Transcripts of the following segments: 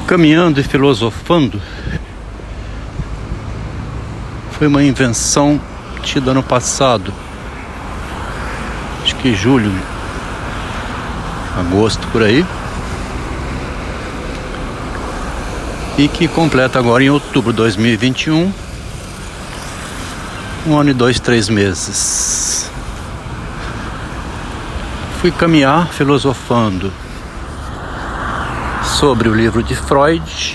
Caminhando e Filosofando foi uma invenção tida ano passado, acho que julho, agosto, por aí, e que completa agora em outubro de 2021, 1 ano e 2, 3 meses. Fui caminhar filosofando sobre o livro de Freud,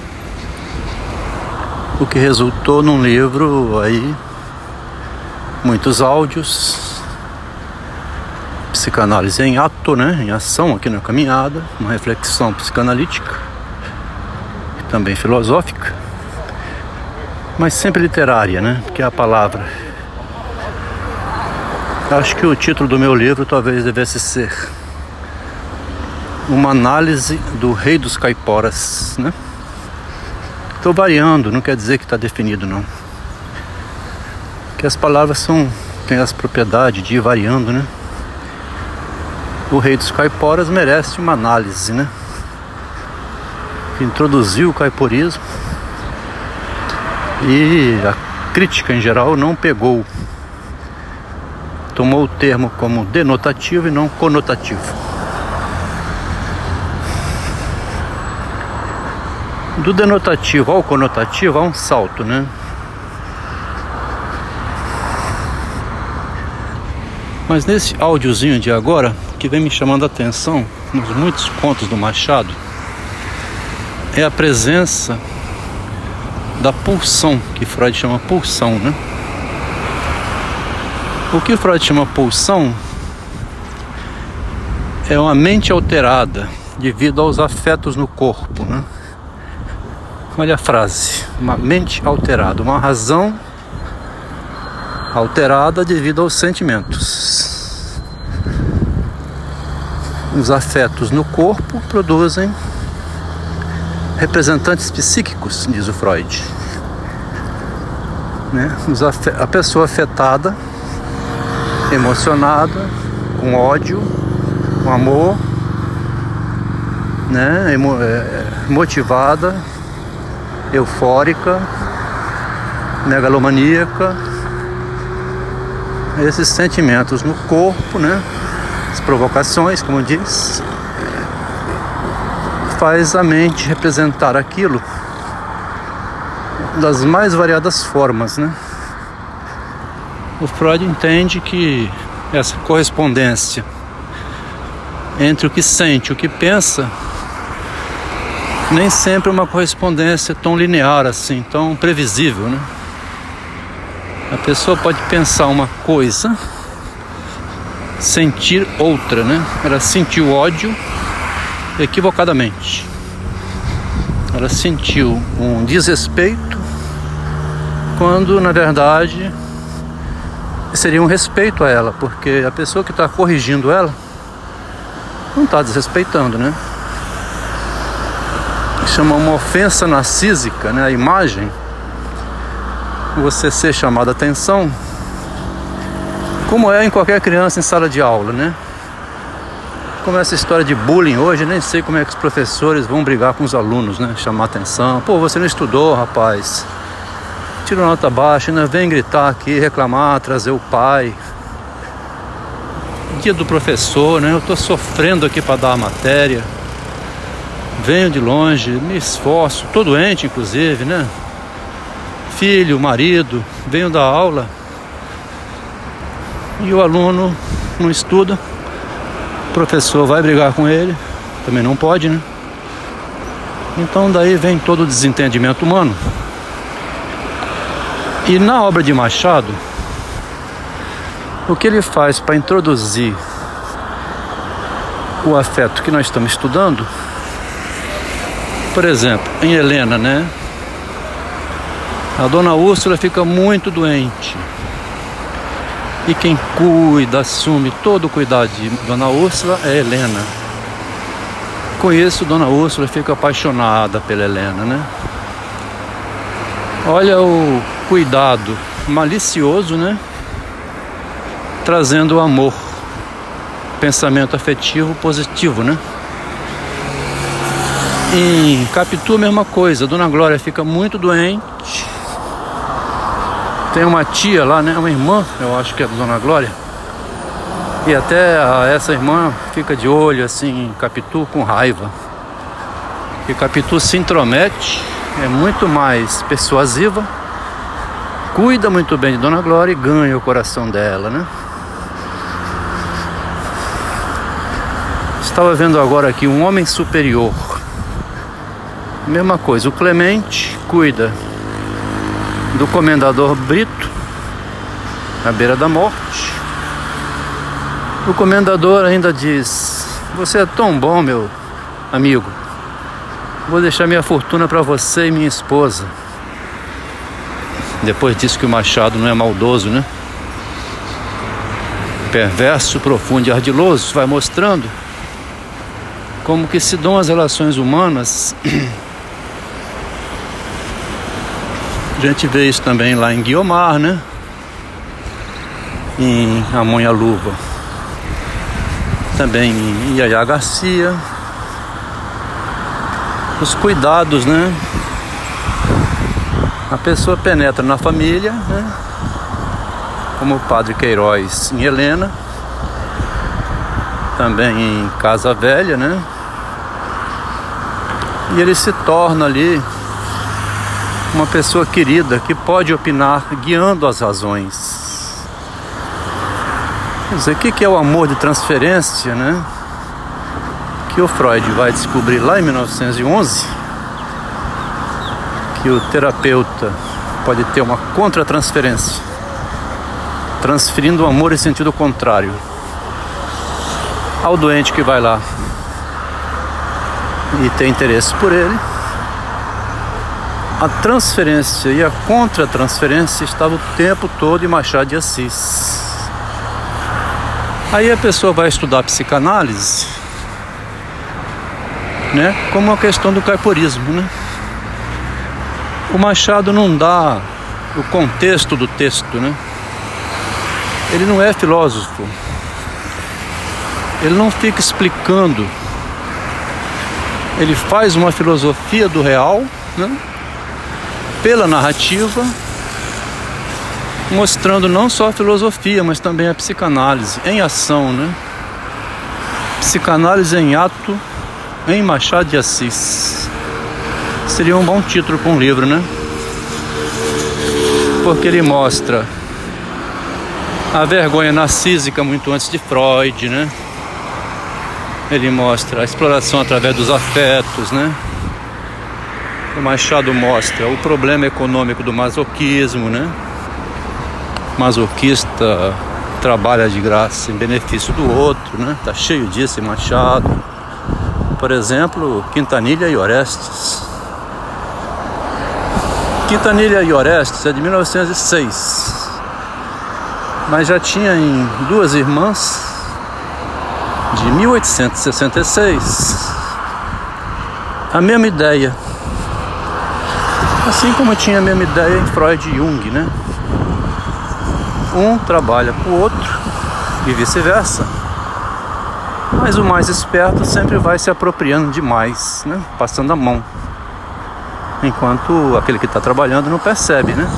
o que resultou num livro aí, muitos áudios, psicanálise em ato, né, em ação aqui na caminhada, uma reflexão psicanalítica, também filosófica, mas sempre literária, né, que é a palavra. Acho que o título do meu livro talvez devesse ser uma análise do Rei dos Caiporas, né? Estou variando, não quer dizer que está definido, não. Que as palavras têm as propriedades de ir variando, né? O Rei dos Caiporas merece uma análise, né? Que introduziu o caiporismo e a crítica em geral não pegou. Tomou o termo como denotativo e não conotativo. Do denotativo ao conotativo há um salto, né? Mas nesse áudiozinho de agora, que vem me chamando a atenção nos muitos contos do Machado, é a presença da pulsão, que Freud chama pulsão, né? O que Freud chama pulsão é uma mente alterada devido aos afetos no corpo, né? Olha a frase, uma mente alterada, uma razão alterada devido aos sentimentos. Os afetos no corpo produzem representantes psíquicos, diz o Freud, né? A pessoa afetada, emocionada, com ódio, com amor, né? Motivada, eufórica, megalomaníaca, esses sentimentos no corpo, né? As provocações, como diz, faz a mente representar aquilo das mais variadas formas, né? O Freud entende que essa correspondência entre o que sente e o que pensa nem sempre é uma correspondência tão linear assim, tão previsível, né? A pessoa pode pensar uma coisa, sentir outra, né? Ela sentiu ódio equivocadamente. Ela sentiu um desrespeito quando, na verdade, seria um respeito a ela, porque a pessoa que está corrigindo ela não está desrespeitando, né? Chama uma ofensa narcísica, né? A imagem, você ser chamado a atenção, como é em qualquer criança em sala de aula, né? Como essa história de bullying hoje, nem sei como é que os professores vão brigar com os alunos, né? Chamar atenção. Pô, você não estudou, rapaz. Tira nota baixa, ainda vem gritar aqui, reclamar, trazer o pai. Dia do professor, né? Eu tô sofrendo aqui para dar a matéria. Venho de longe, me esforço, tô doente inclusive, né? Filho, marido, venho da aula e o aluno não estuda, o professor vai brigar com ele, também não pode, né? Então daí vem todo o desentendimento humano. E na obra de Machado, o que ele faz para introduzir o afeto que nós estamos estudando, por exemplo, em Helena, né? A dona Úrsula fica muito doente. E quem cuida, assume todo o cuidado de dona Úrsula é Helena. Com isso, dona Úrsula fica apaixonada pela Helena, né? Olha o cuidado malicioso, né? Trazendo o amor, pensamento afetivo positivo, né? Em Capitu a mesma coisa, a Dona Glória fica muito doente. Tem uma tia lá, né? Uma irmã, eu acho que é da Dona Glória. E até essa irmã fica de olho assim em Capitu com raiva. Porque Capitu se intromete, é muito mais persuasiva, cuida muito bem de Dona Glória e ganha o coração dela, né? Estava vendo agora aqui Um Homem Superior. Mesma coisa, o Clemente cuida do comendador Brito à beira da morte. O comendador ainda diz: você é tão bom, meu amigo, vou deixar minha fortuna para você e minha esposa. Depois diz que o Machado não é maldoso, né? Perverso, profundo e ardiloso, vai mostrando como que se dão as relações humanas. A gente vê isso também lá em Guiomar, né? Em Amon e a Luva. Também em Yaya Garcia. Os cuidados, né? A pessoa penetra na família, né? Como o Padre Queiroz em Helena. Também em Casa Velha, né? E ele se torna ali uma pessoa querida que pode opinar guiando as razões. Quer dizer, o que é o amor de transferência, né? Que o Freud vai descobrir lá em 1911, que o terapeuta pode ter uma contra-transferência, transferindo o amor em sentido contrário ao doente que vai lá e tem interesse por ele. A transferência e a contra-transferência estavam o tempo todo em Machado de Assis. Aí a pessoa vai estudar psicanálise, né, como uma questão do caiporismo, né? O Machado não dá o contexto do texto, né? Ele não é filósofo. Ele não fica explicando. Ele faz uma filosofia do real, né, pela narrativa, mostrando não só a filosofia, mas também a psicanálise em ação, né? Psicanálise em ato em Machado de Assis. Seria um bom título para um livro, né? Porque ele mostra a vergonha narcísica muito antes de Freud, né? Ele mostra a exploração através dos afetos, né? O Machado mostra o problema econômico do masoquismo, né? O masoquista trabalha de graça em benefício do outro, né? Tá cheio disso em Machado. Por exemplo, Quintanilha e Orestes. Quintanilha e Orestes é de 1906, mas já tinha em Duas Irmãs, de 1866, a mesma ideia. Assim como tinha a mesma ideia em Freud e Jung, né? Um trabalha com o outro e vice-versa. Mas o mais esperto sempre vai se apropriando demais, né? Passando a mão. Enquanto aquele que está trabalhando não percebe, né?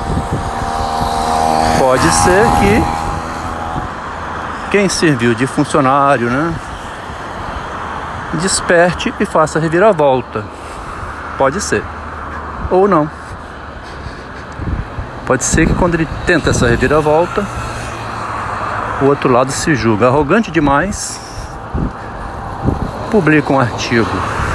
Pode ser que quem serviu de funcionário, né, desperte e faça reviravolta. Pode ser. Ou não. Pode ser que quando ele tenta essa reviravolta, o outro lado se julga arrogante demais, publica um artigo,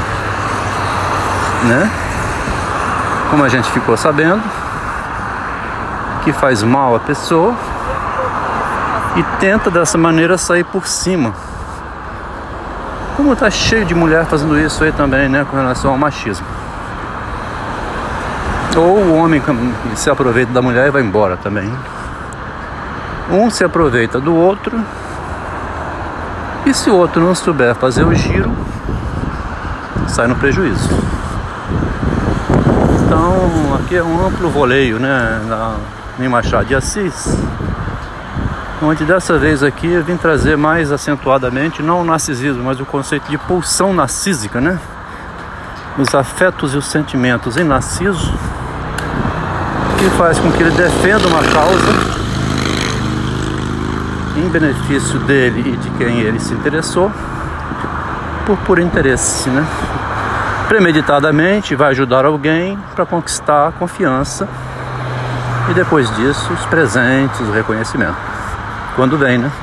né, como a gente ficou sabendo, que faz mal à pessoa, e tenta dessa maneira sair por cima. Como tá cheio de mulher fazendo isso aí também, né, com relação ao machismo. Ou o homem que se aproveita da mulher e vai embora também. Um se aproveita do outro, e se o outro não souber fazer o giro, sai no prejuízo. Então aqui é um amplo voleio, né, em Machado de Assis, onde dessa vez aqui eu vim trazer mais acentuadamente não o narcisismo, mas o conceito de pulsão narcísica, né? os afetos e os sentimentos em Narciso, que faz com que ele defenda uma causa em benefício dele e de quem ele se interessou, por puro interesse, né? Premeditadamente vai ajudar alguém para conquistar a confiança e depois disso os presentes, o reconhecimento, quando vem, né?